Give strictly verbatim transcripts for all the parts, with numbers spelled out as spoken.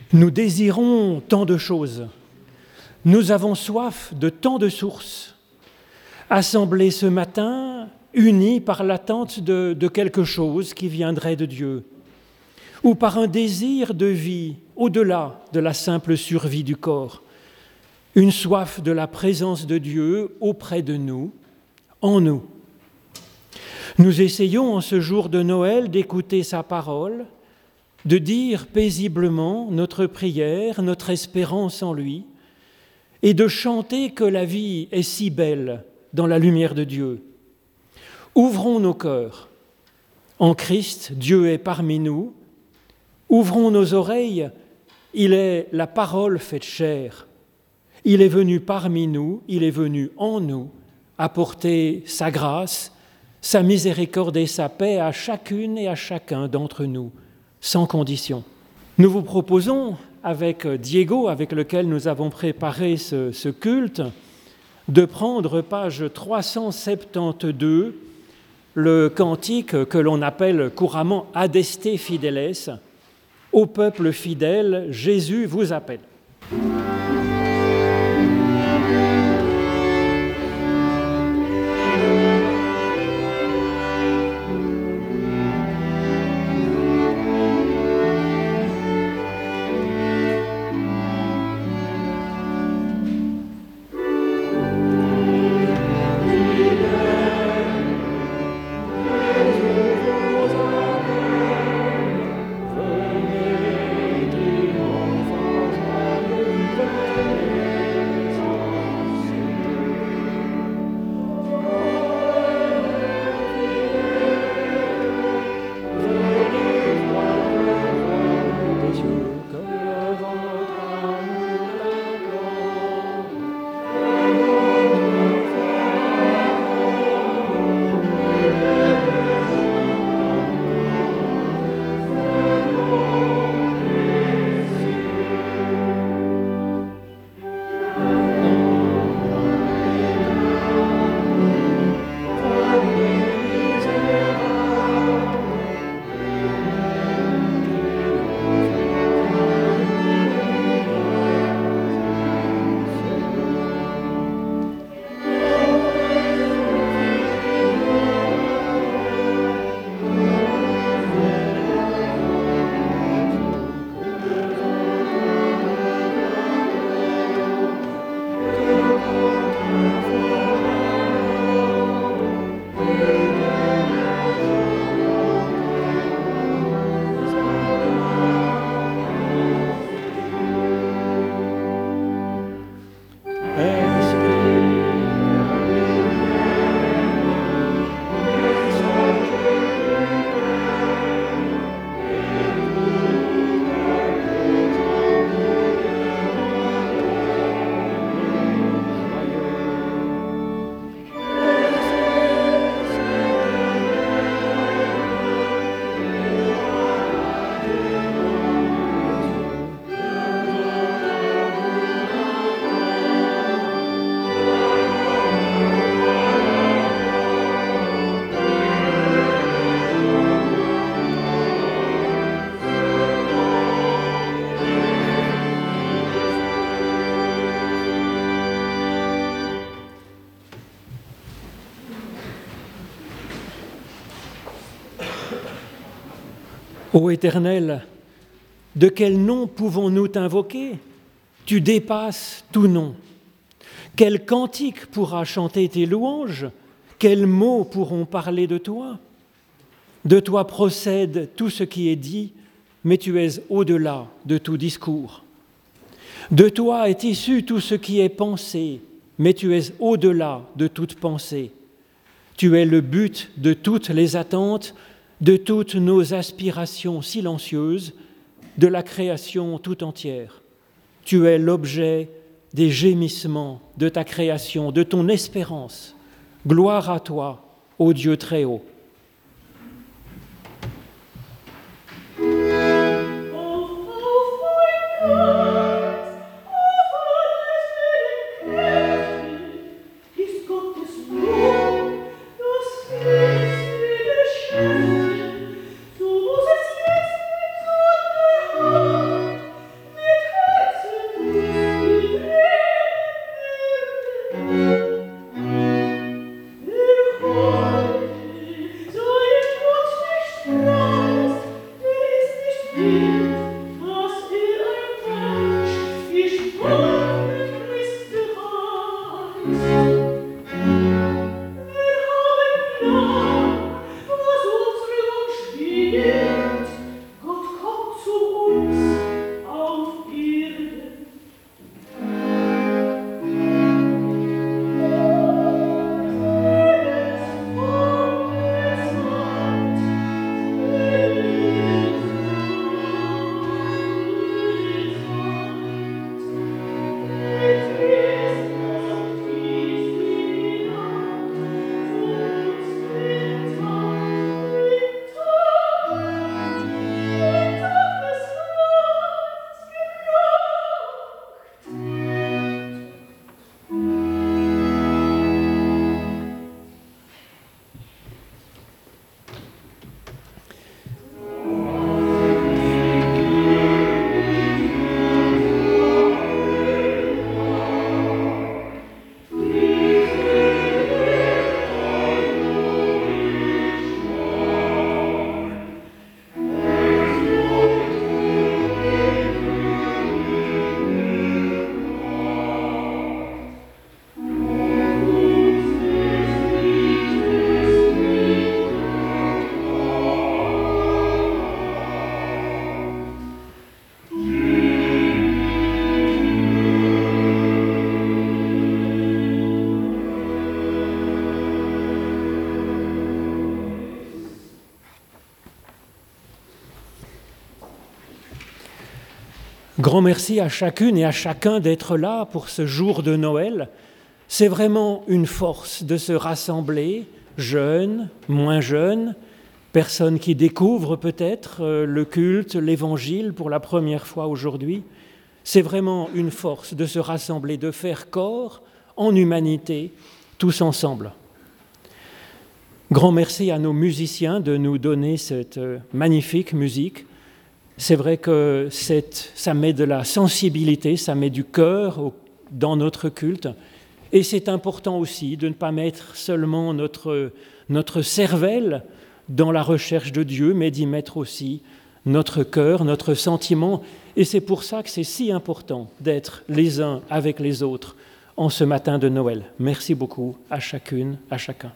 Nous désirons tant de choses. Nous avons soif de tant de sources. Assemblés ce matin, unis par l'attente de, de quelque chose qui viendrait de Dieu, ou par un désir de vie au-delà de la simple survie du corps, une soif de la présence de Dieu auprès de nous, en nous. Nous essayons en ce jour de Noël d'écouter sa parole, de dire paisiblement notre prière, notre espérance en lui, et de chanter que la vie est si belle dans la lumière de Dieu. Ouvrons nos cœurs. En Christ, Dieu est parmi nous. Ouvrons nos oreilles. Il est la parole faite chair. Il est venu parmi nous, il est venu en nous, apporter sa grâce, sa miséricorde et sa paix à chacune et à chacun d'entre nous, sans condition. Nous vous proposons, avec Diego, avec lequel nous avons préparé ce, ce culte, de prendre page trois cent soixante-douze, le cantique que l'on appelle couramment « Adeste Fideles », « Ô peuple fidèle, Jésus vous appelle ». Ô Éternel, de quel nom pouvons-nous t'invoquer ? Tu dépasses tout nom. Quel cantique pourra chanter tes louanges ? Quels mots pourront parler de toi ? De toi procède tout ce qui est dit, mais tu es au-delà de tout discours. De toi est issu tout ce qui est pensé, mais tu es au-delà de toute pensée. Tu es le but de toutes les attentes, de toutes nos aspirations silencieuses, de la création tout entière. Tu es l'objet des gémissements de ta création, de ton espérance. Gloire à toi, ô Dieu très haut. Du Grand merci à chacune et à chacun d'être là pour ce jour de Noël. C'est vraiment une force de se rassembler, jeunes, moins jeunes, personnes qui découvrent peut-être le culte, l'évangile pour la première fois aujourd'hui. C'est vraiment une force de se rassembler, de faire corps en humanité, tous ensemble. Grand merci à nos musiciens de nous donner cette magnifique musique. C'est vrai que cette, ça met de la sensibilité, ça met du cœur au, dans notre culte. Et c'est important aussi de ne pas mettre seulement notre, notre cervelle dans la recherche de Dieu, mais d'y mettre aussi notre cœur, notre sentiment. Et c'est pour ça que c'est si important d'être les uns avec les autres en ce matin de Noël. Merci beaucoup à chacune, à chacun.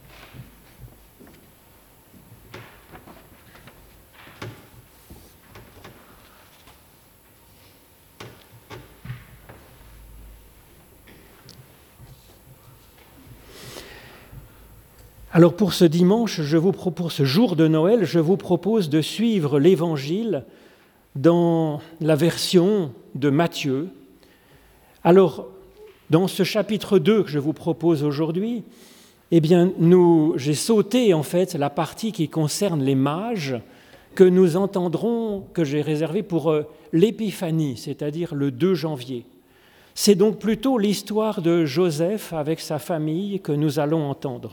Alors pour ce dimanche, je vous propose, pour ce jour de Noël, je vous propose de suivre l'Évangile dans la version de Matthieu. Alors, dans ce chapitre deux que je vous propose aujourd'hui, eh bien, nous, j'ai sauté en fait la partie qui concerne les mages que nous entendrons, que j'ai réservée pour euh, l'Épiphanie, c'est-à-dire le deux janvier. C'est donc plutôt l'histoire de Joseph avec sa famille que nous allons entendre.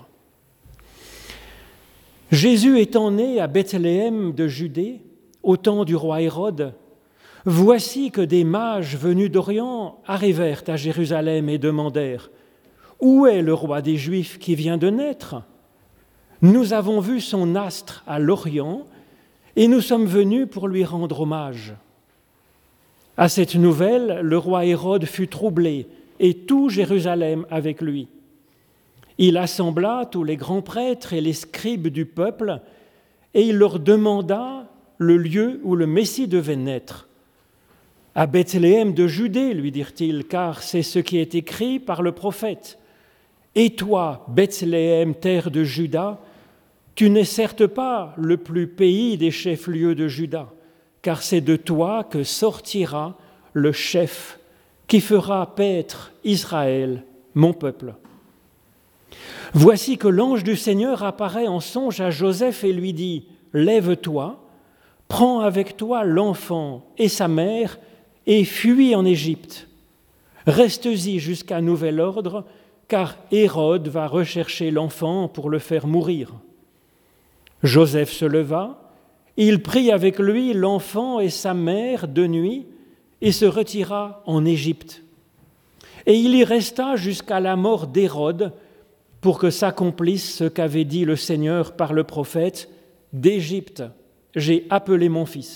Jésus étant né à Bethléem de Judée, au temps du roi Hérode, voici que des mages venus d'Orient arrivèrent à Jérusalem et demandèrent « Où est le roi des Juifs qui vient de naître ? Nous avons vu son astre à l'Orient et nous sommes venus pour lui rendre hommage. » À cette nouvelle, le roi Hérode fut troublé et tout Jérusalem avec lui. Il assembla tous les grands prêtres et les scribes du peuple et il leur demanda le lieu où le Messie devait naître. « À Bethléem de Judée, lui dirent-ils, car c'est ce qui est écrit par le prophète. Et toi, Bethléem, terre de Juda, tu n'es certes pas le plus pays des chefs-lieux de Juda, car c'est de toi que sortira le chef qui fera paître Israël, mon peuple. » Voici que l'ange du Seigneur apparaît en songe à Joseph et lui dit « Lève-toi, prends avec toi l'enfant et sa mère et fuis en Égypte. Reste-y jusqu'à nouvel ordre, car Hérode va rechercher l'enfant pour le faire mourir. » Joseph se leva, il prit avec lui l'enfant et sa mère de nuit et se retira en Égypte. Et il y resta jusqu'à la mort d'Hérode, pour que s'accomplisse ce qu'avait dit le Seigneur par le prophète, « D'Égypte, j'ai appelé mon fils. »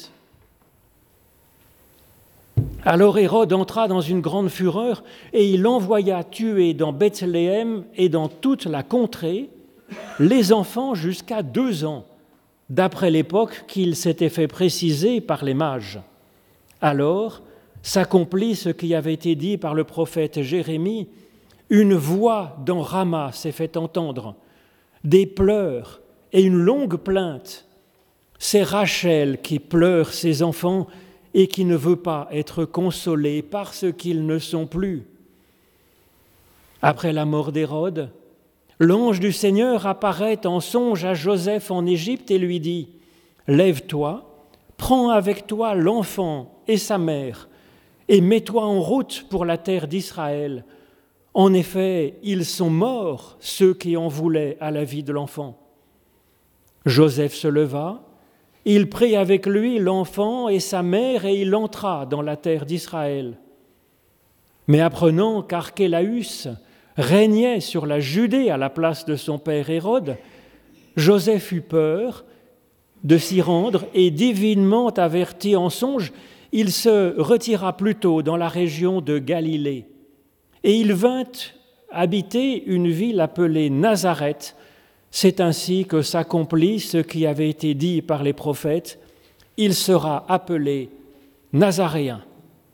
Alors Hérode entra dans une grande fureur et il envoya tuer dans Bethléem et dans toute la contrée les enfants jusqu'à deux ans, d'après l'époque qu'il s'était fait préciser par les mages. Alors s'accomplit ce qui avait été dit par le prophète Jérémie. Une voix dans Rama s'est fait entendre, des pleurs et une longue plainte. C'est Rachel qui pleure ses enfants et qui ne veut pas être consolée parce qu'ils ne sont plus. Après la mort d'Hérode, l'ange du Seigneur apparaît en songe à Joseph en Égypte et lui dit « Lève-toi, prends avec toi l'enfant et sa mère et mets-toi en route pour la terre d'Israël. En effet, ils sont morts, ceux qui en voulaient à la vie de l'enfant. » Joseph se leva, il prit avec lui l'enfant et sa mère et il entra dans la terre d'Israël. Mais apprenant qu'Archélaüs régnait sur la Judée à la place de son père Hérode, Joseph eut peur de s'y rendre et divinement averti en songe, il se retira plutôt dans la région de Galilée. Et il vint habiter une ville appelée Nazareth. C'est ainsi que s'accomplit ce qui avait été dit par les prophètes. Il sera appelé Nazaréen.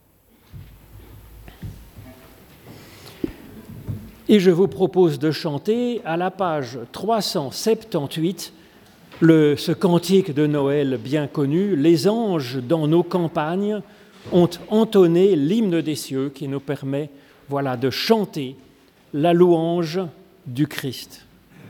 Et je vous propose de chanter à la page trois cent soixante-dix-huit le, ce cantique de Noël bien connu, « Les anges dans nos campagnes ont entonné l'hymne des cieux qui nous permet, voilà, de chanter la louange du Christ.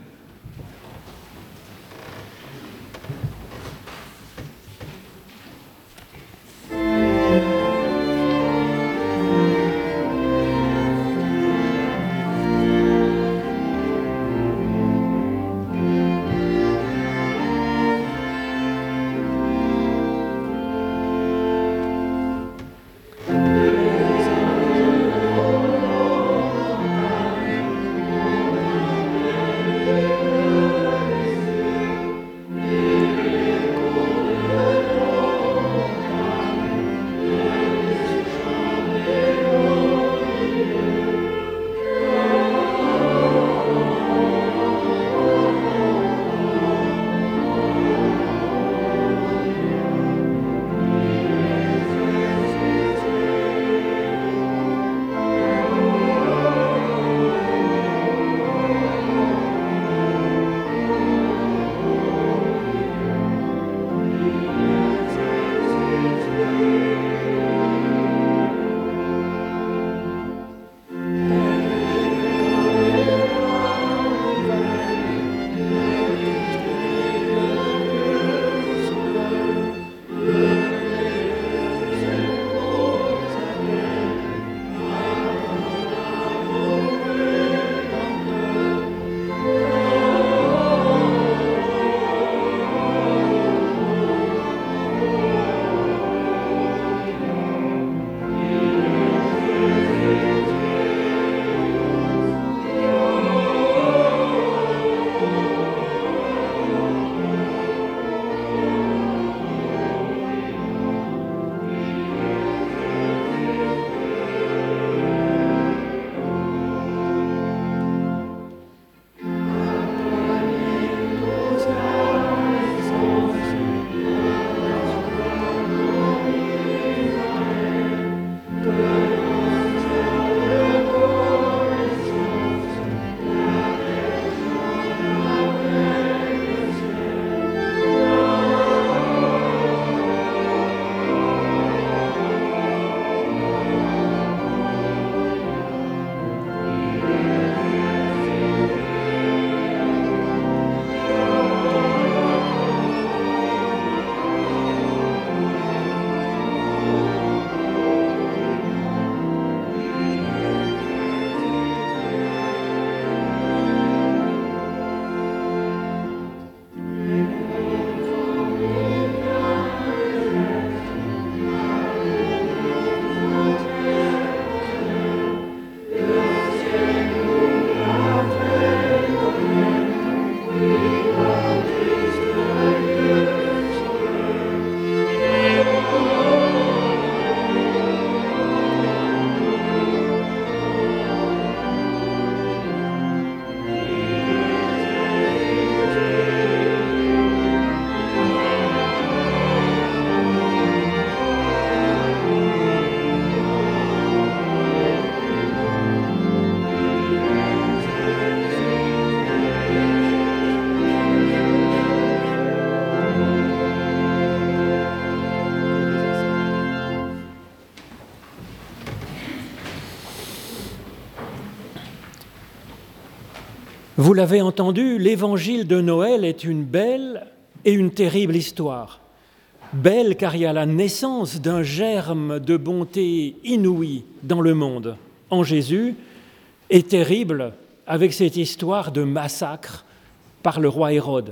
Vous l'avez entendu, l'évangile de Noël est une belle et une terrible histoire. Belle car il y a la naissance d'un germe de bonté inouïe dans le monde, en Jésus, et terrible avec cette histoire de massacre par le roi Hérode.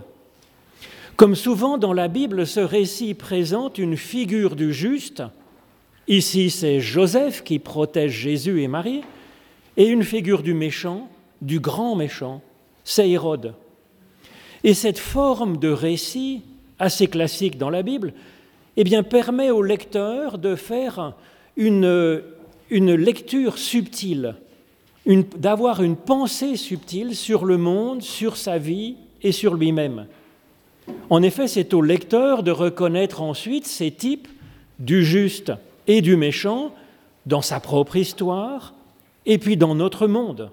Comme souvent dans la Bible, ce récit présente une figure du juste. Ici, c'est Joseph qui protège Jésus et Marie, et une figure du méchant, du grand méchant, c'est Hérode. Et cette forme de récit, assez classique dans la Bible, eh bien, permet au lecteur de faire une, une lecture subtile, une, d'avoir une pensée subtile sur le monde, sur sa vie et sur lui-même. En effet, c'est au lecteur de reconnaître ensuite ces types du juste et du méchant dans sa propre histoire et puis dans notre monde.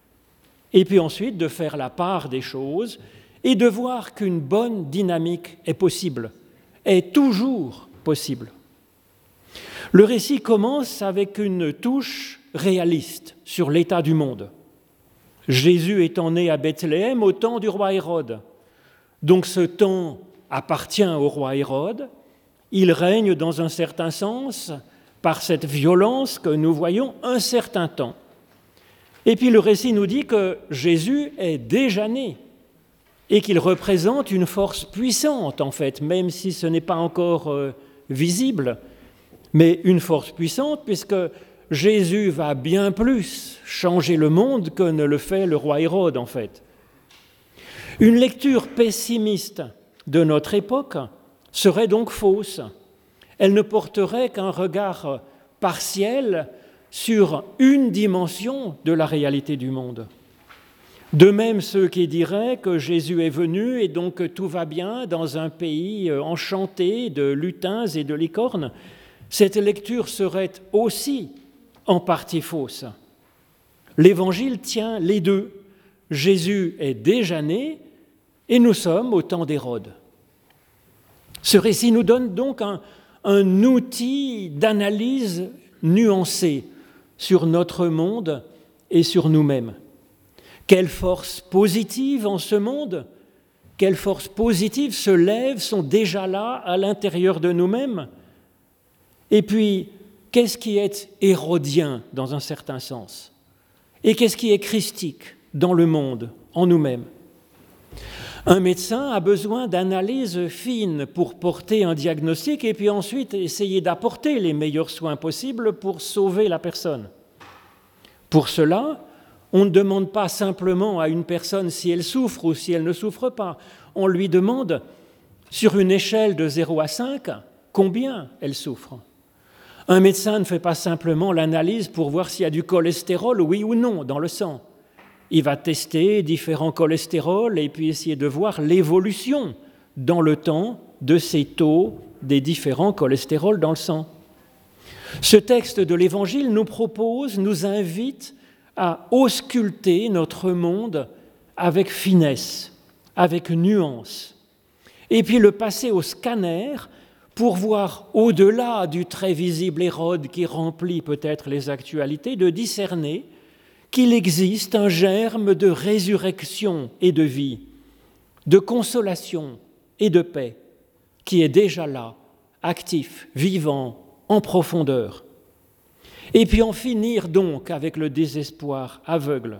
Et puis ensuite de faire la part des choses et de voir qu'une bonne dynamique est possible, est toujours possible. Le récit commence avec une touche réaliste sur l'état du monde. Jésus étant né à Bethléem au temps du roi Hérode. Donc ce temps appartient au roi Hérode. Il règne dans un certain sens par cette violence que nous voyons un certain temps. Et puis le récit nous dit que Jésus est déjà né et qu'il représente une force puissante en fait, même si ce n'est pas encore euh, visible, mais une force puissante puisque Jésus va bien plus changer le monde que ne le fait le roi Hérode, en fait. Une lecture pessimiste de notre époque serait donc fausse. Elle ne porterait qu'un regard partiel sur une dimension de la réalité du monde. De même, ceux qui diraient que Jésus est venu et donc que tout va bien dans un pays enchanté de lutins et de licornes, cette lecture serait aussi en partie fausse. L'Évangile tient les deux. Jésus est déjà né et nous sommes au temps d'Hérode. Ce récit nous donne donc un, un outil d'analyse nuancée sur notre monde et sur nous-mêmes. Quelles forces positives en ce monde, quelles forces positives se lèvent, sont déjà là à l'intérieur de nous-mêmes. Et puis, qu'est-ce qui est hérodien dans un certain sens? Et qu'est-ce qui est christique dans le monde, en nous-mêmes? Un médecin a besoin d'analyses fines pour porter un diagnostic et puis ensuite essayer d'apporter les meilleurs soins possibles pour sauver la personne. Pour cela, on ne demande pas simplement à une personne si elle souffre ou si elle ne souffre pas. On lui demande, sur une échelle de zéro à cinq, combien elle souffre. Un médecin ne fait pas simplement l'analyse pour voir s'il y a du cholestérol, oui ou non, dans le sang. Il va tester différents cholestérols et puis essayer de voir l'évolution dans le temps de ces taux des différents cholestérols dans le sang. Ce texte de l'Évangile nous propose, nous invite à ausculter notre monde avec finesse, avec nuance, et puis le passer au scanner pour voir au-delà du très visible Hérode qui remplit peut-être les actualités, de discerner qu'il existe un germe de résurrection et de vie, de consolation et de paix, qui est déjà là, actif, vivant, en profondeur. Et puis en finir donc avec le désespoir aveugle.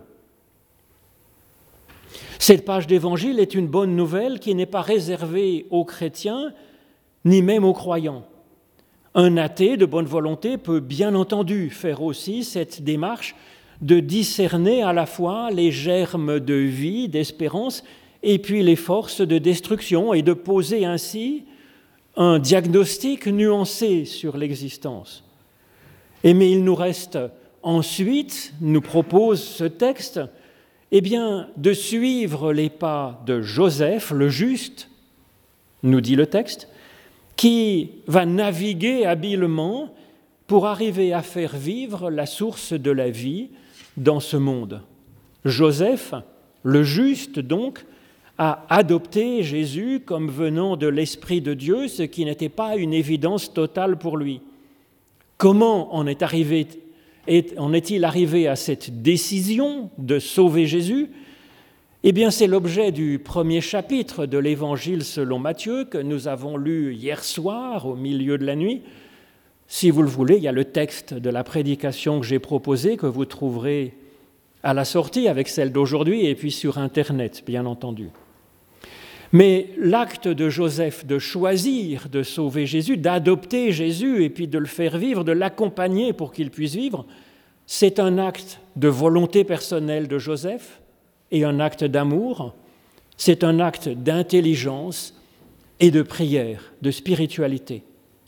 Cette page d'Évangile est une bonne nouvelle qui n'est pas réservée aux chrétiens, ni même aux croyants. Un athée de bonne volonté peut bien entendu faire aussi cette démarche de discerner à la fois les germes de vie, d'espérance, et puis les forces de destruction, et de poser ainsi un diagnostic nuancé sur l'existence. Et mais il nous reste ensuite, nous propose ce texte, eh bien, de suivre les pas de Joseph, le juste, nous dit le texte, qui va naviguer habilement pour arriver à faire vivre la source de la vie dans ce monde. Joseph, le juste donc, a adopté Jésus comme venant de l'Esprit de Dieu, ce qui n'était pas une évidence totale pour lui. Comment en est arrivé, en est-il arrivé à cette décision de sauver Jésus? Eh bien, c'est l'objet du premier chapitre de l'Évangile selon Matthieu que nous avons lu hier soir au milieu de la nuit. Si vous le voulez, il y a le texte de la prédication que j'ai proposée, que vous trouverez à la sortie avec celle d'aujourd'hui et puis sur Internet, bien entendu. Mais l'acte de Joseph de choisir de sauver Jésus, d'adopter Jésus et puis de le faire vivre, de l'accompagner pour qu'il puisse vivre, c'est un acte de volonté personnelle de Joseph et un acte d'amour, c'est un acte d'intelligence et de prière, de spiritualité.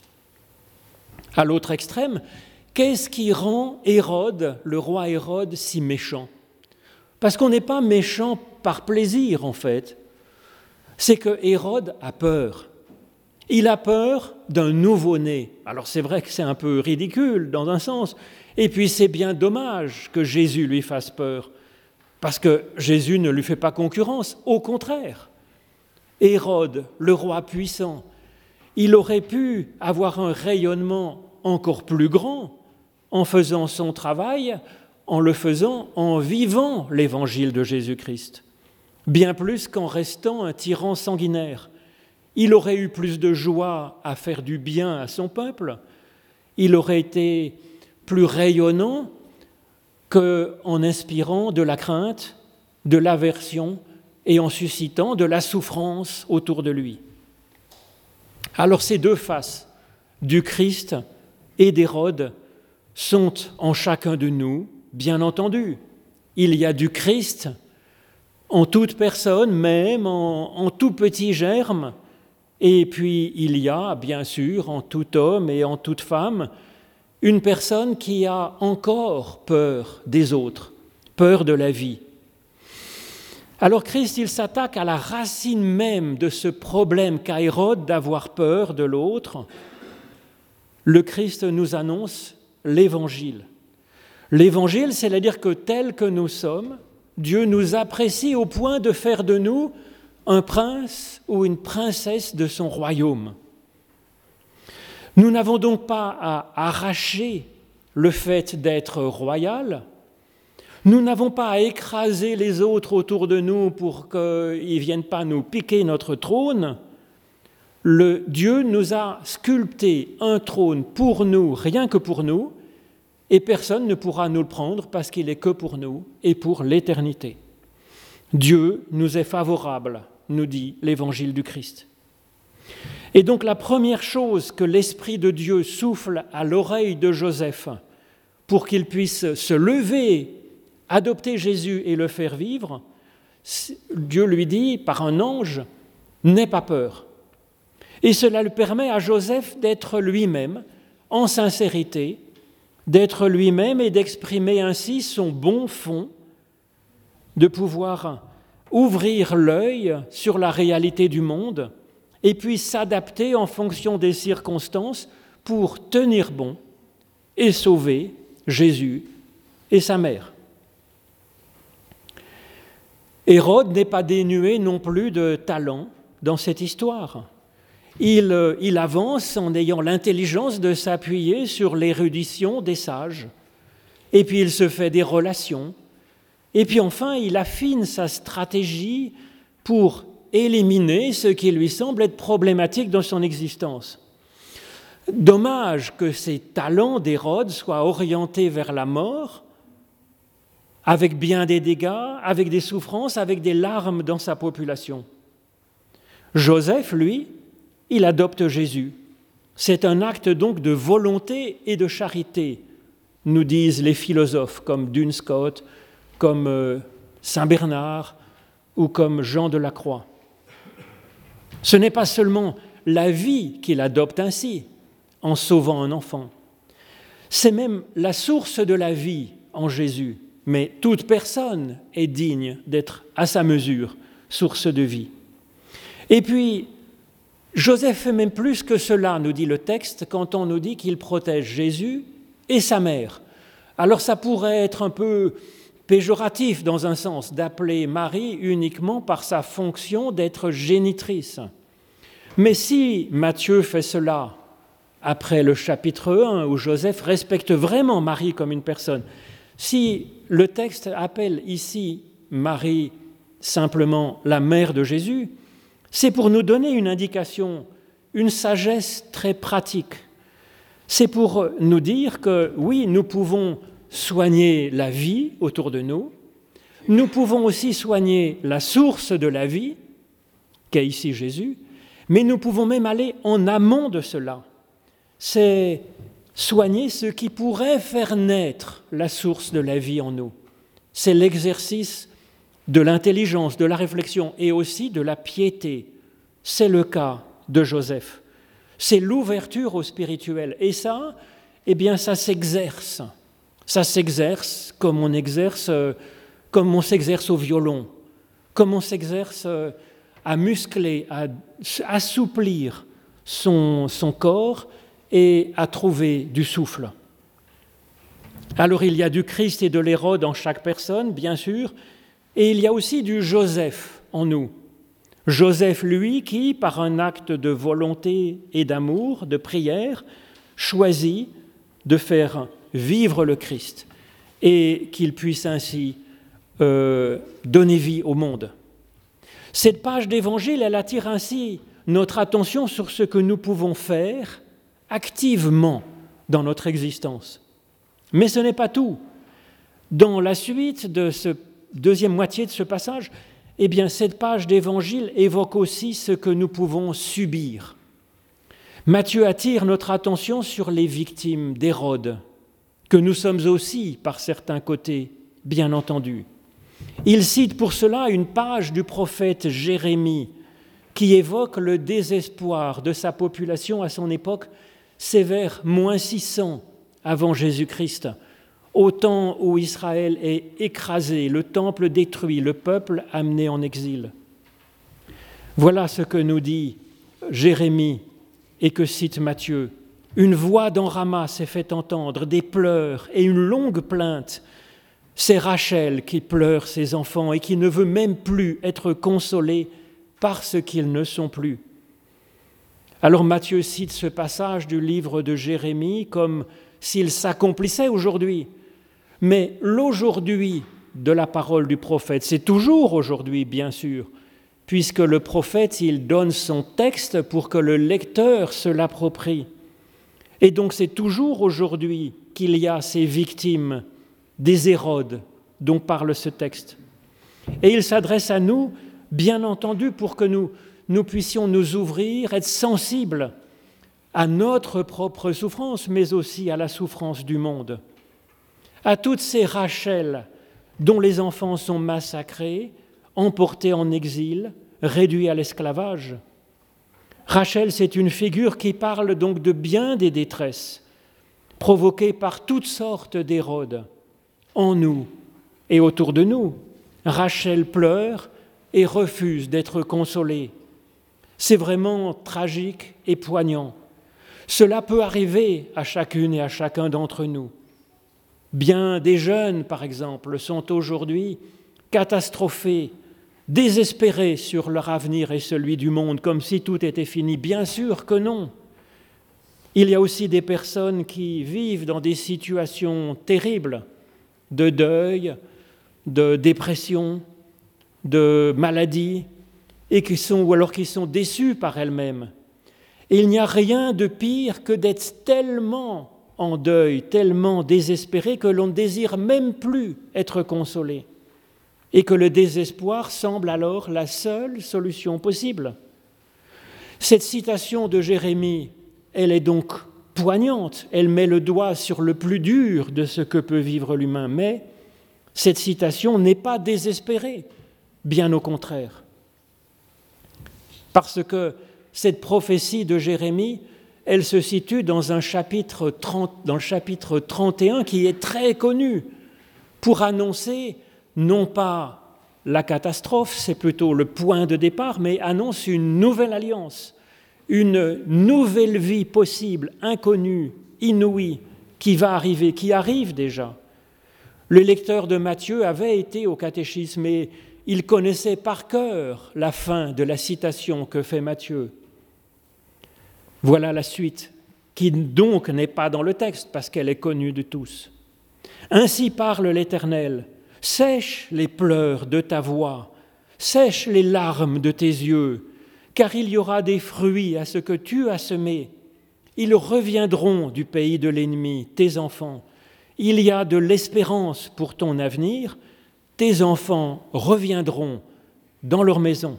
À l'autre extrême, qu'est-ce qui rend Hérode, le roi Hérode, si méchant? Parce qu'on n'est pas méchant par plaisir, en fait. C'est que Hérode a peur. Il a peur d'un nouveau-né. Alors c'est vrai que c'est un peu ridicule dans un sens. Et puis c'est bien dommage que Jésus lui fasse peur, parce que Jésus ne lui fait pas concurrence. Au contraire, Hérode, le roi puissant, il aurait pu avoir un rayonnement encore plus grand en faisant son travail, en le faisant en vivant l'évangile de Jésus-Christ, bien plus qu'en restant un tyran sanguinaire. Il aurait eu plus de joie à faire du bien à son peuple, il aurait été plus rayonnant qu'en inspirant de la crainte, de l'aversion et en suscitant de la souffrance autour de lui. Alors ces deux faces du Christ et d'Hérode sont en chacun de nous, bien entendu. Il y a du Christ en toute personne, même en, en tout petit germe, et puis il y a, bien sûr, en tout homme et en toute femme, une personne qui a encore peur des autres, peur de la vie. Alors Christ, il s'attaque à la racine même de ce problème qu'a Hérode d'avoir peur de l'autre. Le Christ nous annonce l'Évangile. L'Évangile, c'est-à-dire que tel que nous sommes, Dieu nous apprécie au point de faire de nous un prince ou une princesse de son royaume. Nous n'avons donc pas à arracher le fait d'être royal. Nous n'avons pas à écraser les autres autour de nous pour qu'ils ne viennent pas nous piquer notre trône. Le Dieu nous a sculpté un trône pour nous, rien que pour nous, et personne ne pourra nous le prendre parce qu'il est que pour nous et pour l'éternité. Dieu nous est favorable, nous dit l'Évangile du Christ. Et donc la première chose que l'Esprit de Dieu souffle à l'oreille de Joseph pour qu'il puisse se lever, adopter Jésus et le faire vivre, Dieu lui dit par un ange, « N'aie pas peur ». Et cela lui permet à Joseph d'être lui-même, en sincérité, d'être lui-même et d'exprimer ainsi son bon fond, de pouvoir ouvrir l'œil sur la réalité du monde et puis s'adapter en fonction des circonstances pour tenir bon et sauver Jésus et sa mère. Hérode n'est pas dénué non plus de talent dans cette histoire. Il, il avance en ayant l'intelligence de s'appuyer sur l'érudition des sages, et puis il se fait des relations, et puis enfin il affine sa stratégie pour éliminer ce qui lui semble être problématique dans son existence. Dommage que ces talents d'Hérode soient orientés vers la mort, avec bien des dégâts, avec des souffrances, avec des larmes dans sa population. Joseph, lui, il adopte Jésus. C'est un acte donc de volonté et de charité, nous disent les philosophes comme Duns Scotus, comme euh, Saint Bernard ou comme Jean de la Croix. Ce n'est pas seulement la vie qu'il adopte ainsi, en sauvant un enfant. C'est même la source de la vie en Jésus. Mais toute personne est digne d'être à sa mesure, source de vie. Et puis, Joseph fait même plus que cela, nous dit le texte, quand on nous dit qu'il protège Jésus et sa mère. Alors ça pourrait être un peu péjoratif dans un sens, d'appeler Marie uniquement par sa fonction d'être génitrice. Mais si Matthieu fait cela après le chapitre un, où Joseph respecte vraiment Marie comme une personne, si le texte appelle ici Marie simplement la mère de Jésus, c'est pour nous donner une indication, une sagesse très pratique. C'est pour nous dire que oui, nous pouvons soigner la vie autour de nous, nous pouvons aussi soigner la source de la vie, qu'est ici Jésus, mais nous pouvons même aller en amont de cela. C'est soigner ce qui pourrait faire naître la source de la vie en nous. C'est l'exercice de l'intelligence, de la réflexion et aussi de la piété. C'est le cas de Joseph. C'est l'ouverture au spirituel. Et ça, eh bien, ça s'exerce. Ça s'exerce comme on exerce, comme on s'exerce au violon, comme on s'exerce à muscler, à assouplir son, son corps et à trouver du souffle. Alors il y a du Christ et de l'Hérode en chaque personne, bien sûr, et il y a aussi du Joseph en nous. Joseph, lui, qui, par un acte de volonté et d'amour, de prière, choisi de faire vivre le Christ et qu'il puisse ainsi euh, donner vie au monde. Cette page d'Évangile, elle attire ainsi notre attention sur ce que nous pouvons faire activement dans notre existence. Mais ce n'est pas tout. Dans la suite de ce deuxième moitié de ce passage, eh bien, cette page d'Évangile évoque aussi ce que nous pouvons subir. Matthieu attire notre attention sur les victimes d'Hérode, que nous sommes aussi, par certains côtés, bien entendu. Il cite pour cela une page du prophète Jérémie qui évoque le désespoir de sa population à son époque, c'est vers moins six cents avant Jésus-Christ, au temps où Israël est écrasé, le temple détruit, le peuple amené en exil. Voilà ce que nous dit Jérémie et que cite Matthieu. Une voix dans Rama s'est fait entendre, des pleurs et une longue plainte. C'est Rachel qui pleure ses enfants et qui ne veut même plus être consolée parce qu'ils ne sont plus. Alors Matthieu cite ce passage du livre de Jérémie comme s'il s'accomplissait aujourd'hui. Mais l'aujourd'hui de la parole du prophète, c'est toujours aujourd'hui, bien sûr, puisque le prophète, il donne son texte pour que le lecteur se l'approprie. Et donc c'est toujours aujourd'hui qu'il y a ces victimes des Hérodes dont parle ce texte. Et il s'adresse à nous, bien entendu, pour que nous, nous puissions nous ouvrir, être sensibles à notre propre souffrance, mais aussi à la souffrance du monde. À toutes ces Rachel dont les enfants sont massacrés, emportés en exil, réduits à l'esclavage. Rachel, c'est une figure qui parle donc de bien des détresses provoquées par toutes sortes d'Hérodes en nous et autour de nous. Rachel pleure et refuse d'être consolée. C'est vraiment tragique et poignant. Cela peut arriver à chacune et à chacun d'entre nous. Bien des jeunes, par exemple, sont aujourd'hui catastrophés, désespérés sur leur avenir et celui du monde, comme si tout était fini. Bien sûr que non. Il y a aussi des personnes qui vivent dans des situations terribles, de deuil, de dépression, de maladie, et qui sont, ou alors qui sont déçues par elles-mêmes. Et il n'y a rien de pire que d'être tellement en deuil, tellement désespéré que l'on ne désire même plus être consolé, et que le désespoir semble alors la seule solution possible. Cette citation de Jérémie, elle est donc poignante, elle met le doigt sur le plus dur de ce que peut vivre l'humain, mais cette citation n'est pas désespérée, bien au contraire. Parce que cette prophétie de Jérémie, elle se situe dans un chapitre trente, dans le chapitre trente et un qui est très connu pour annoncer non pas la catastrophe, c'est plutôt le point de départ, mais annonce une nouvelle alliance, une nouvelle vie possible, inconnue, inouïe, qui va arriver, qui arrive déjà. Le lecteur de Matthieu avait été au catéchisme et il connaissait par cœur la fin de la citation que fait Matthieu. Voilà la suite, qui donc n'est pas dans le texte parce qu'elle est connue de tous. Ainsi parle l'Éternel, sèche les pleurs de ta voix, sèche les larmes de tes yeux, car il y aura des fruits à ce que tu as semé. Ils reviendront du pays de l'ennemi, tes enfants. Il y a de l'espérance pour ton avenir, tes enfants reviendront dans leur maison.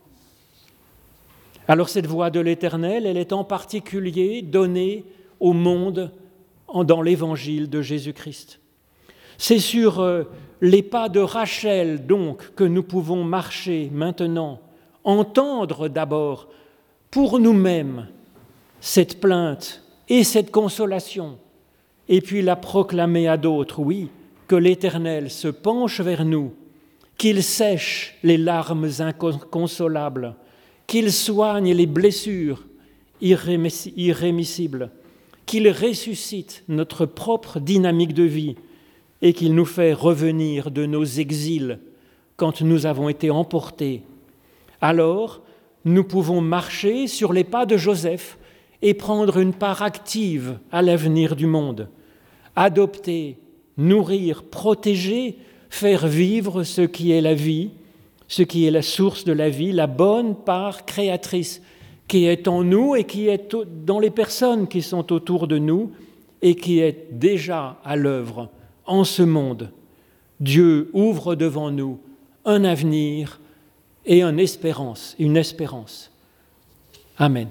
Alors cette voix de l'Éternel, elle est en particulier donnée au monde dans l'évangile de Jésus-Christ. C'est sur les pas de Rachel, donc, que nous pouvons marcher maintenant, entendre d'abord pour nous-mêmes cette plainte et cette consolation, et puis la proclamer à d'autres, oui, que l'Éternel se penche vers nous, qu'il sèche les larmes inconsolables, qu'il soigne les blessures irrémissibles, qu'il ressuscite notre propre dynamique de vie et qu'il nous fait revenir de nos exils quand nous avons été emportés. Alors, nous pouvons marcher sur les pas de Joseph et prendre une part active à l'avenir du monde. Adopter, nourrir, protéger, faire vivre ce qui est la vie, ce qui est la source de la vie, la bonne part créatrice qui est en nous et qui est dans les personnes qui sont autour de nous et qui est déjà à l'œuvre en ce monde. Dieu ouvre devant nous un avenir et une espérance, une espérance. Amen.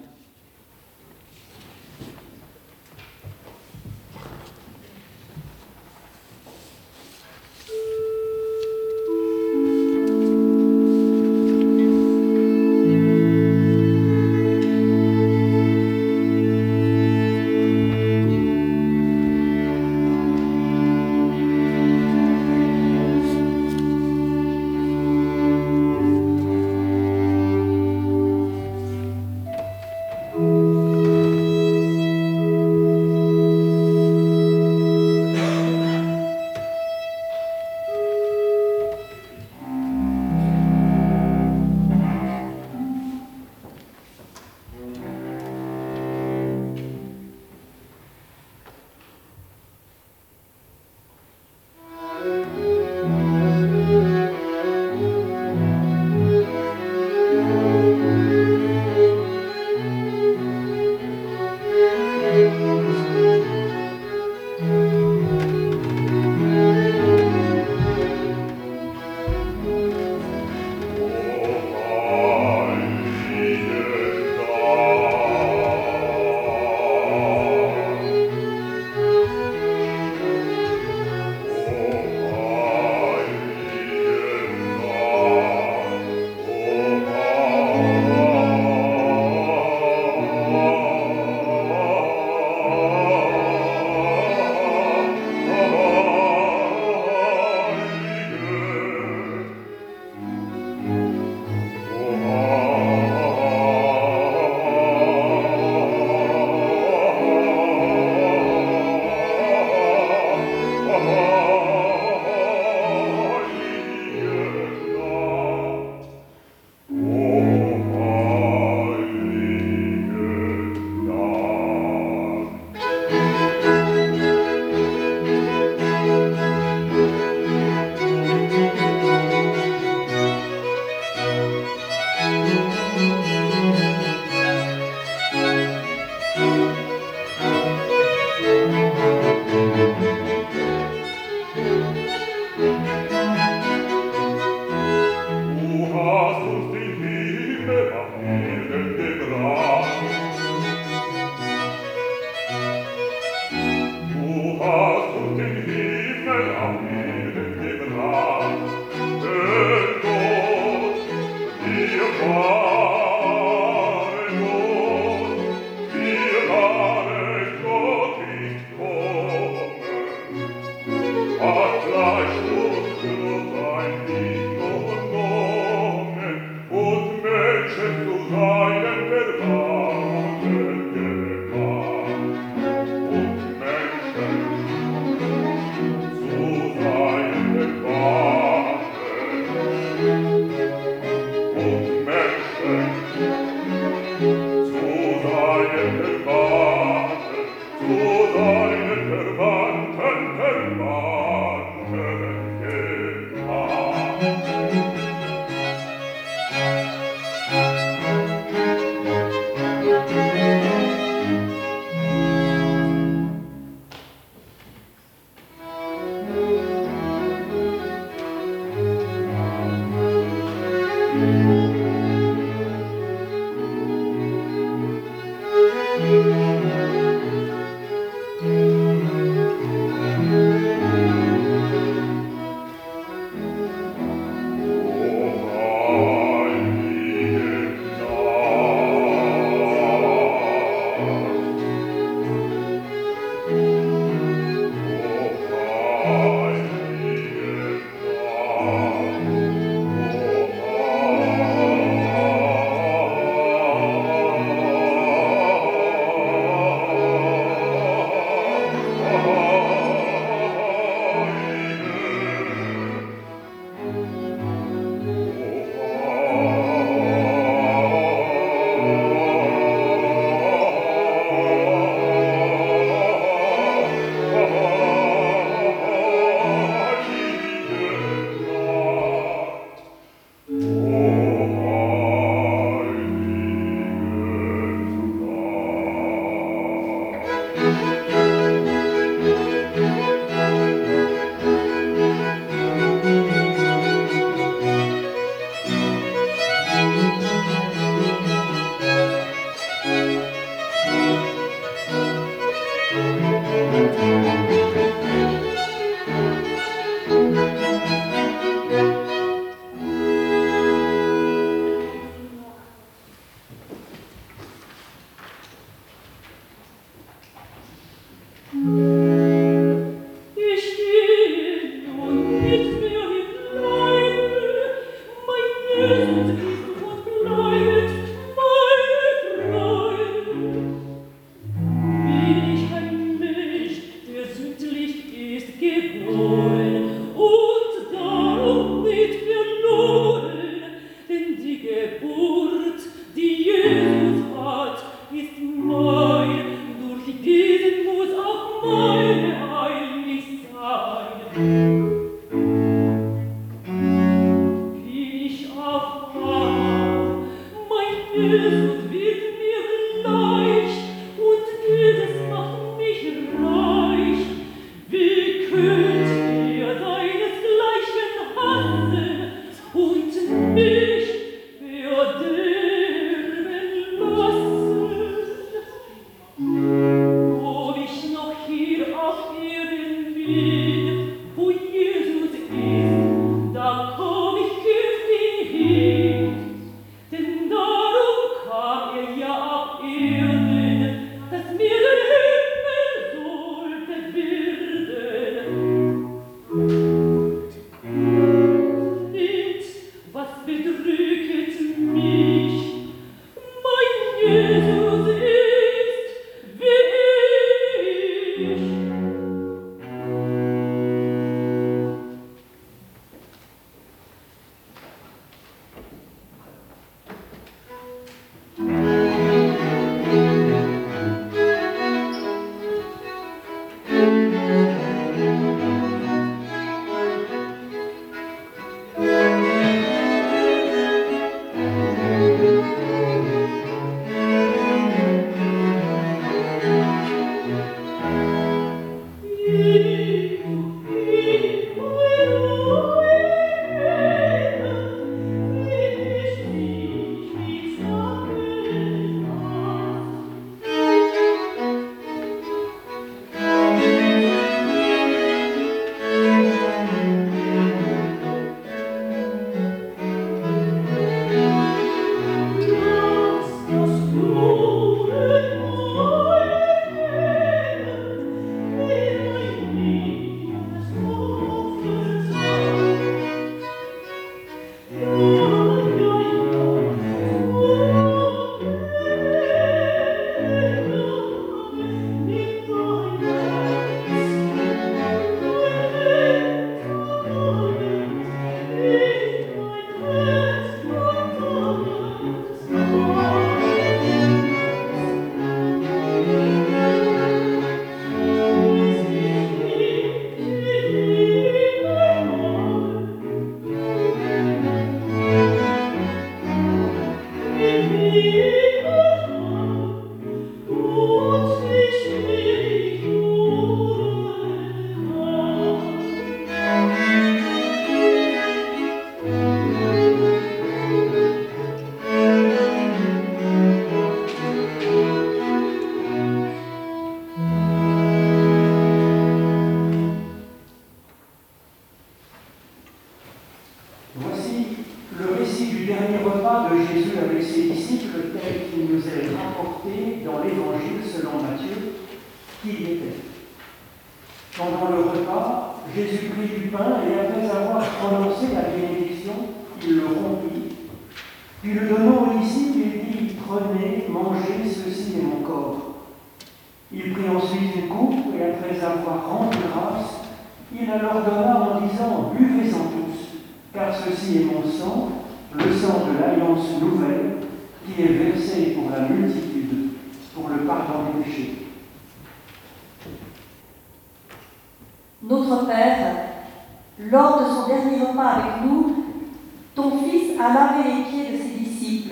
Notre Père, lors de son dernier repas avec nous, ton Fils a lavé les pieds de ses disciples.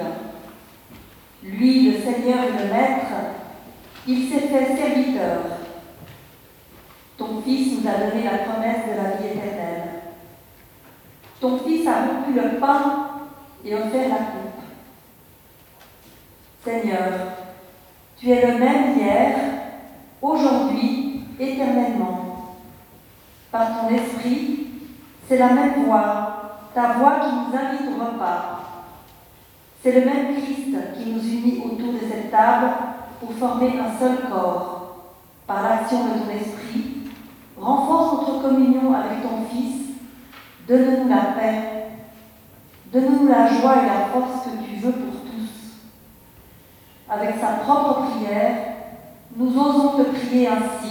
Lui, le Seigneur et le Maître, il s'est fait serviteur. Ton Fils nous a donné la promesse de la vie éternelle. Ton Fils a rompu le pain et offert la coupe. Seigneur, tu es le même hier, aujourd'hui, éternellement. Par ton esprit, c'est la même voix, ta voix qui nous invite au repas. C'est le même Christ qui nous unit autour de cette table pour former un seul corps. Par l'action de ton esprit, renforce notre communion avec ton Fils, donne-nous la paix, donne-nous la joie et la force que tu veux pour tous. Avec sa propre prière, nous osons te prier ainsi.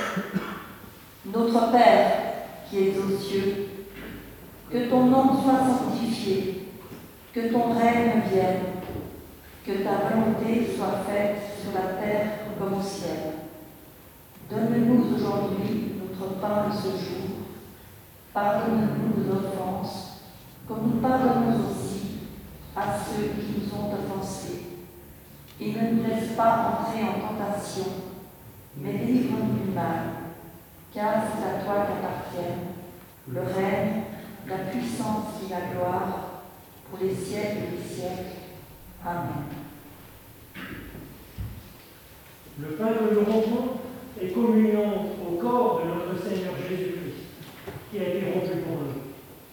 Notre Père, qui es aux cieux, que ton nom soit sanctifié, que ton règne vienne, que ta volonté soit faite sur la terre comme au ciel. Donne-nous aujourd'hui notre pain de ce jour. Pardonne-nous nos offenses, comme nous pardonnons aussi à ceux qui nous ont offensés. et ne nous laisse pas entrer en tentation, mais délivre-nous du mal, car c'est à toi qu'appartiennent le règne, la puissance et la gloire pour les siècles des siècles. Amen. Le pain que nous rompons est communion au corps de notre Seigneur Jésus-Christ, qui a été rompu pour nous.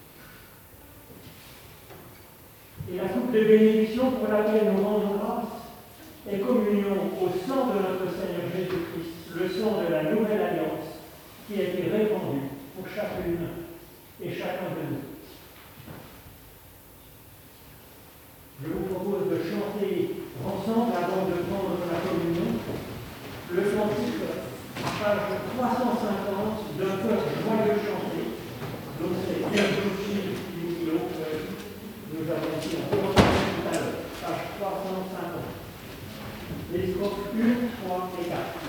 Et la coupe de bénédiction pour laquelle nous rendons grâce est communion au sang de notre Seigneur Jésus-Christ, le sang de la nouvelle alliance, qui a été répandu pour chacune et chacun de nous. Je vous propose de chanter ensemble, avant de prendre la communion, le cantique, page trois cent cinquante, d'un cœur joyeux chanté. Donc c'est Pierre Gauchy qui nous avons dit en commentaire tout à l'heure, page trois cent cinquante. Les strophes un, trois et quatre.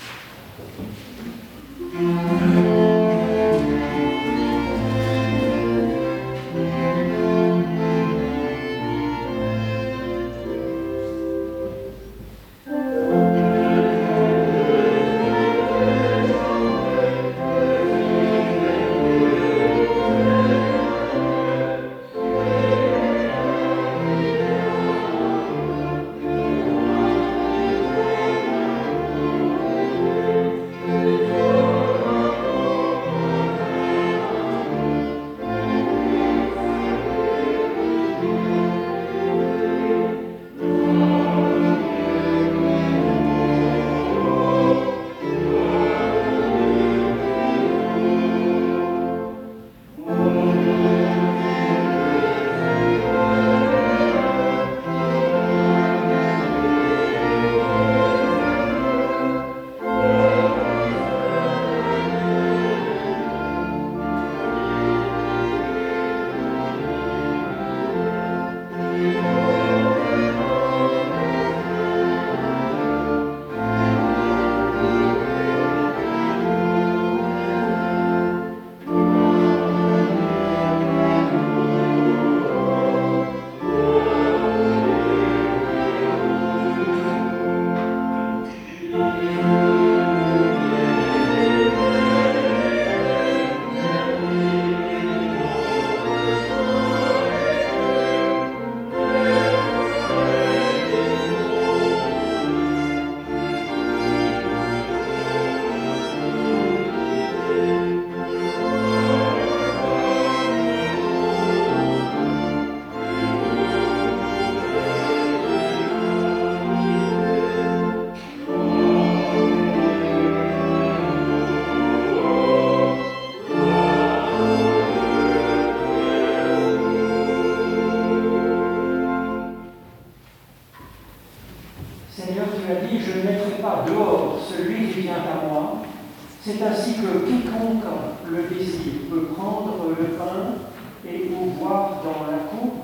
C'est ainsi que quiconque le désire peut prendre le pain et ou boire dans la coupe,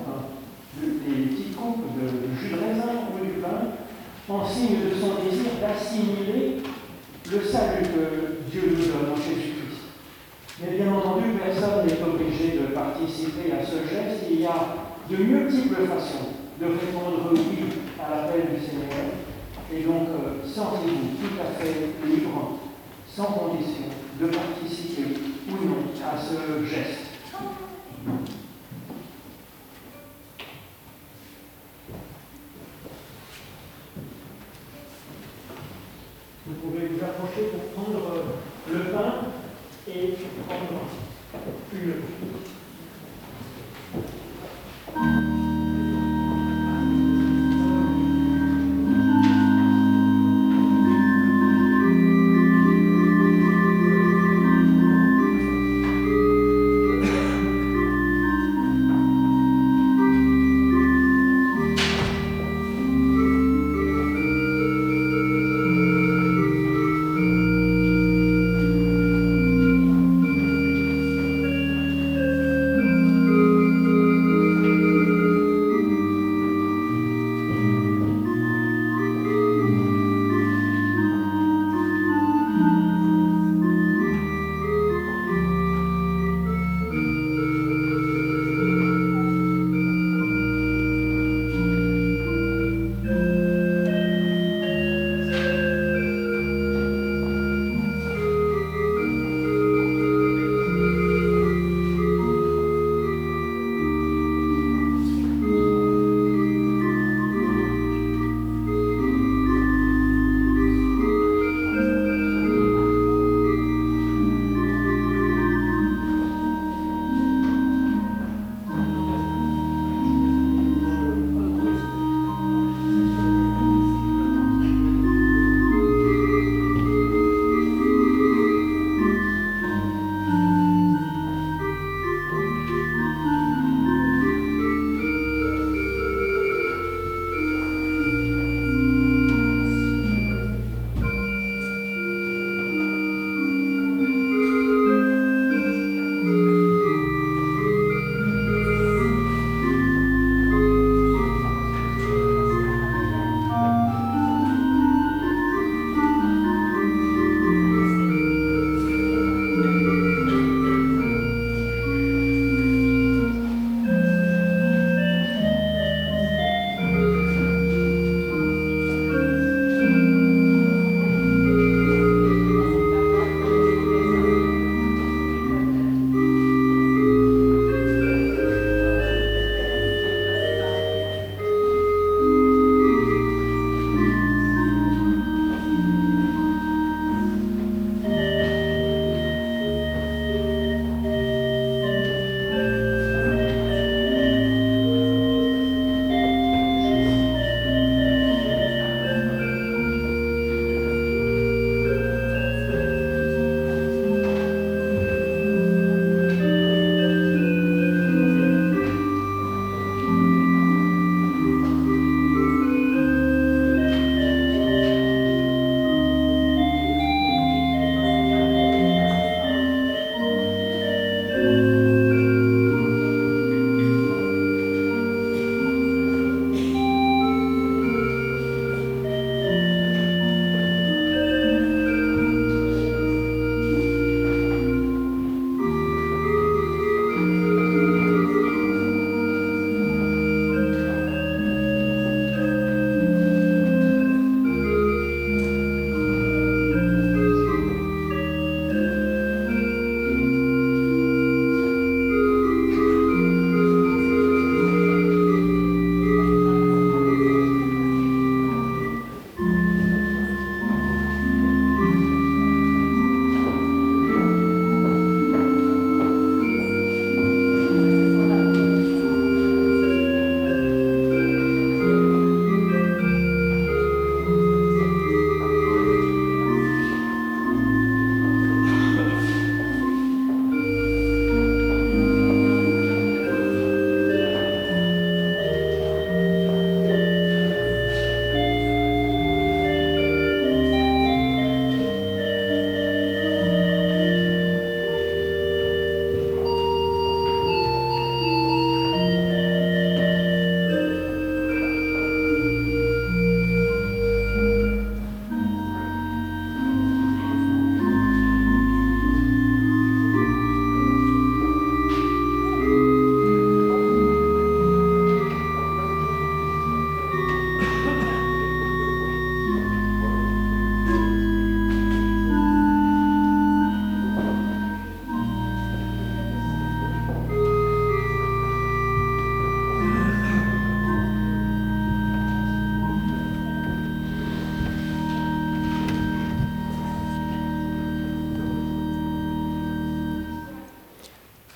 des petites coupes de jus de raisin ou du pain, en signe de son désir d'assimiler le salut que Dieu nous donne en Jésus-Christ. Mais bien entendu, personne n'est obligé de participer à ce geste. Il y a de multiples façons de répondre oui à l'appel du Seigneur. Et donc, euh, sentez-vous tout à fait libre, sans condition, de participer ou non à ce geste. Vous pouvez vous approcher pour prendre le pain et prendre une.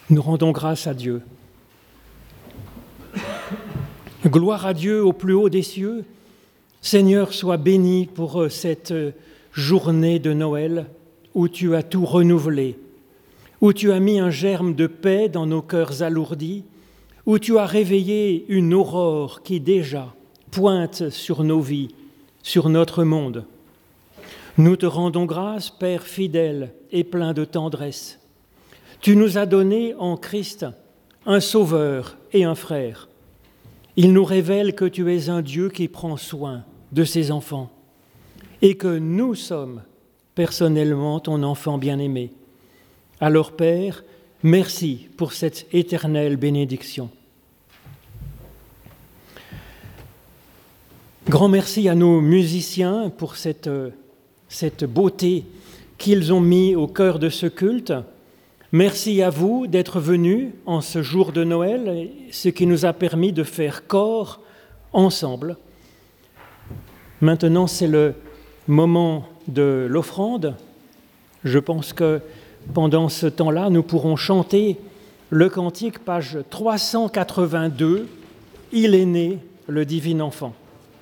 Nous rendons grâce à Dieu. Gloire à Dieu au plus haut des cieux. Seigneur, sois béni pour cette journée de Noël où tu as tout renouvelé, où tu as mis un germe de paix dans nos cœurs alourdis, où tu as réveillé une aurore qui déjà pointe sur nos vies, sur notre monde. Nous te rendons grâce, Père fidèle et plein de tendresse. Tu nous as donné en Christ un sauveur et un frère. Il nous révèle que tu es un Dieu qui prend soin de ses enfants et que nous sommes personnellement ton enfant bien-aimé. Alors Père, merci pour cette éternelle bénédiction. Grand merci à nos musiciens pour cette, cette beauté qu'ils ont mis au cœur de ce culte. Merci à vous d'être venus en ce jour de Noël, ce qui nous a permis de faire corps ensemble. Maintenant, c'est le moment de l'offrande. Je pense que pendant ce temps-là, nous pourrons chanter le cantique, page trois cent quatre-vingt-deux, « Il est né, le divin enfant ».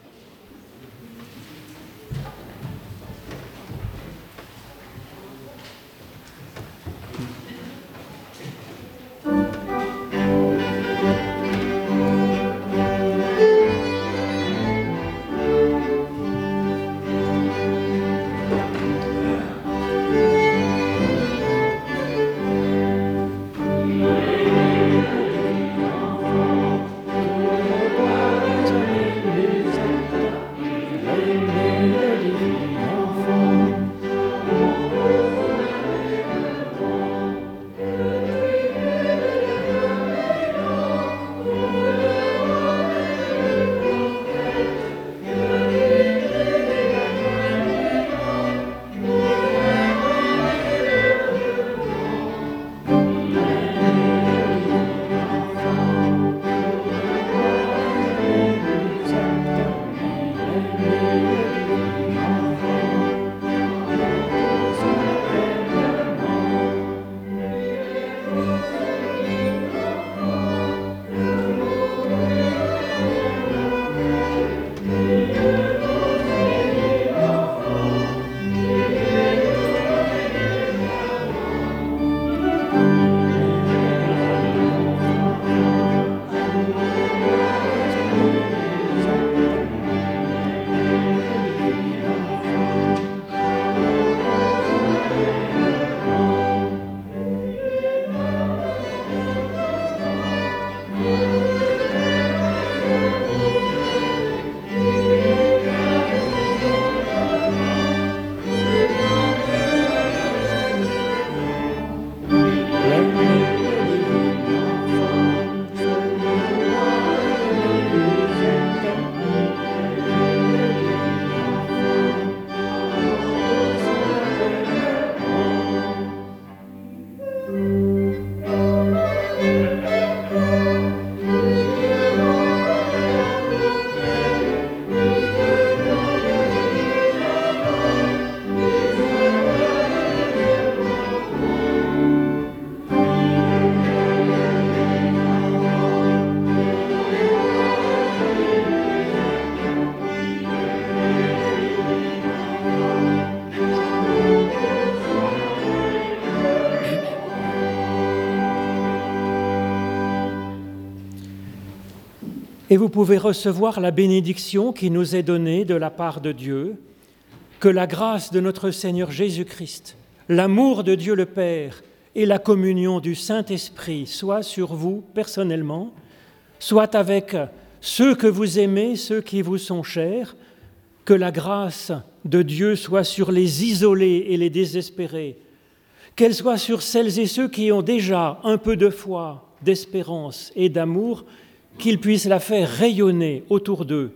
Et vous pouvez recevoir la bénédiction qui nous est donnée de la part de Dieu. Que la grâce de notre Seigneur Jésus-Christ, l'amour de Dieu le Père et la communion du Saint-Esprit soient sur vous personnellement, soient avec ceux que vous aimez, ceux qui vous sont chers. Que la grâce de Dieu soit sur les isolés et les désespérés, qu'elle soit sur celles et ceux qui ont déjà un peu de foi, d'espérance et d'amour, qu'ils puissent la faire rayonner autour d'eux.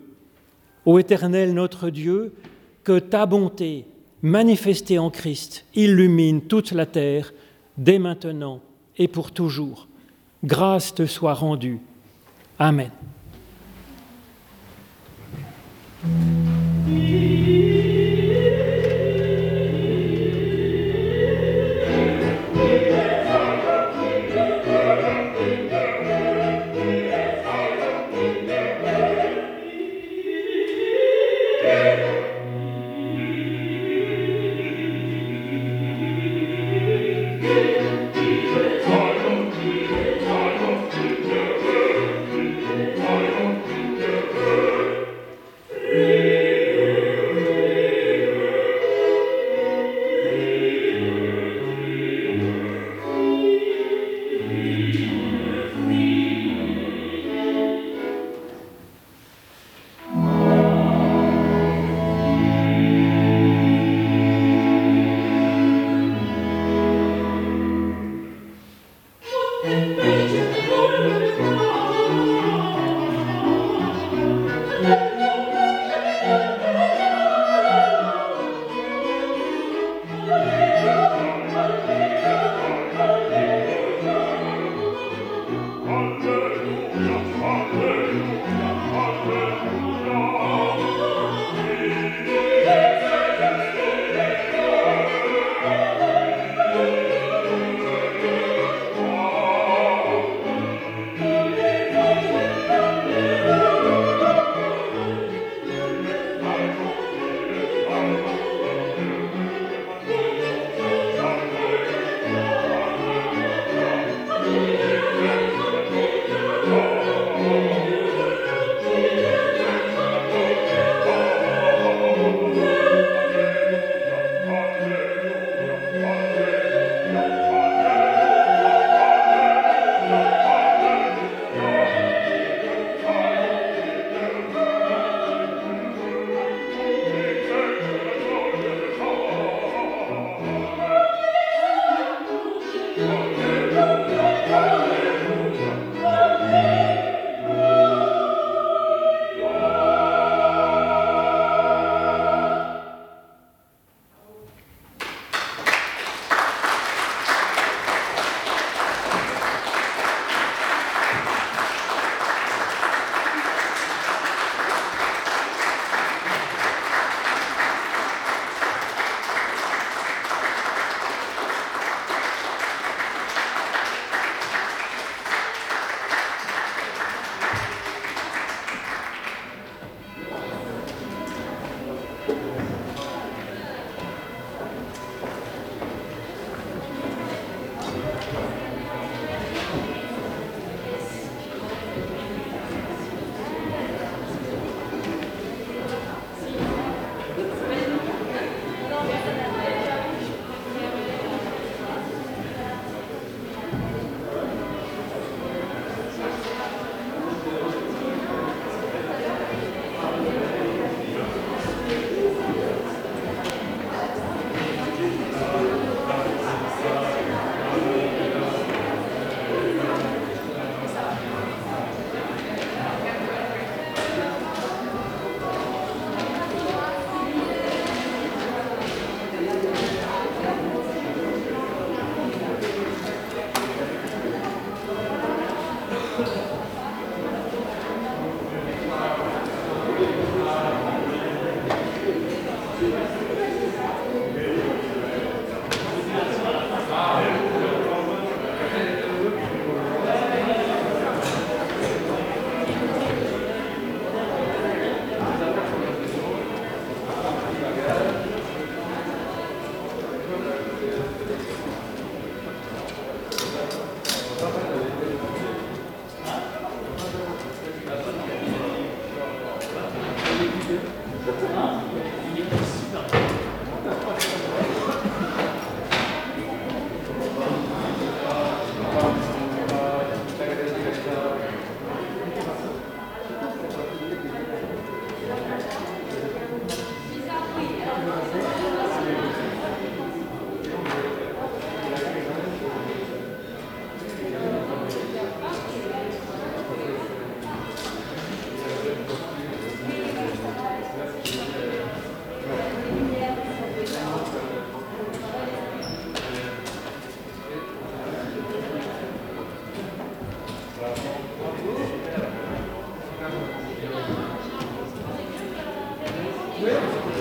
Ô Éternel notre Dieu, que ta bonté, manifestée en Christ, illumine toute la terre, dès maintenant et pour toujours. Grâce te soit rendue. Amen. Thank you. Oui.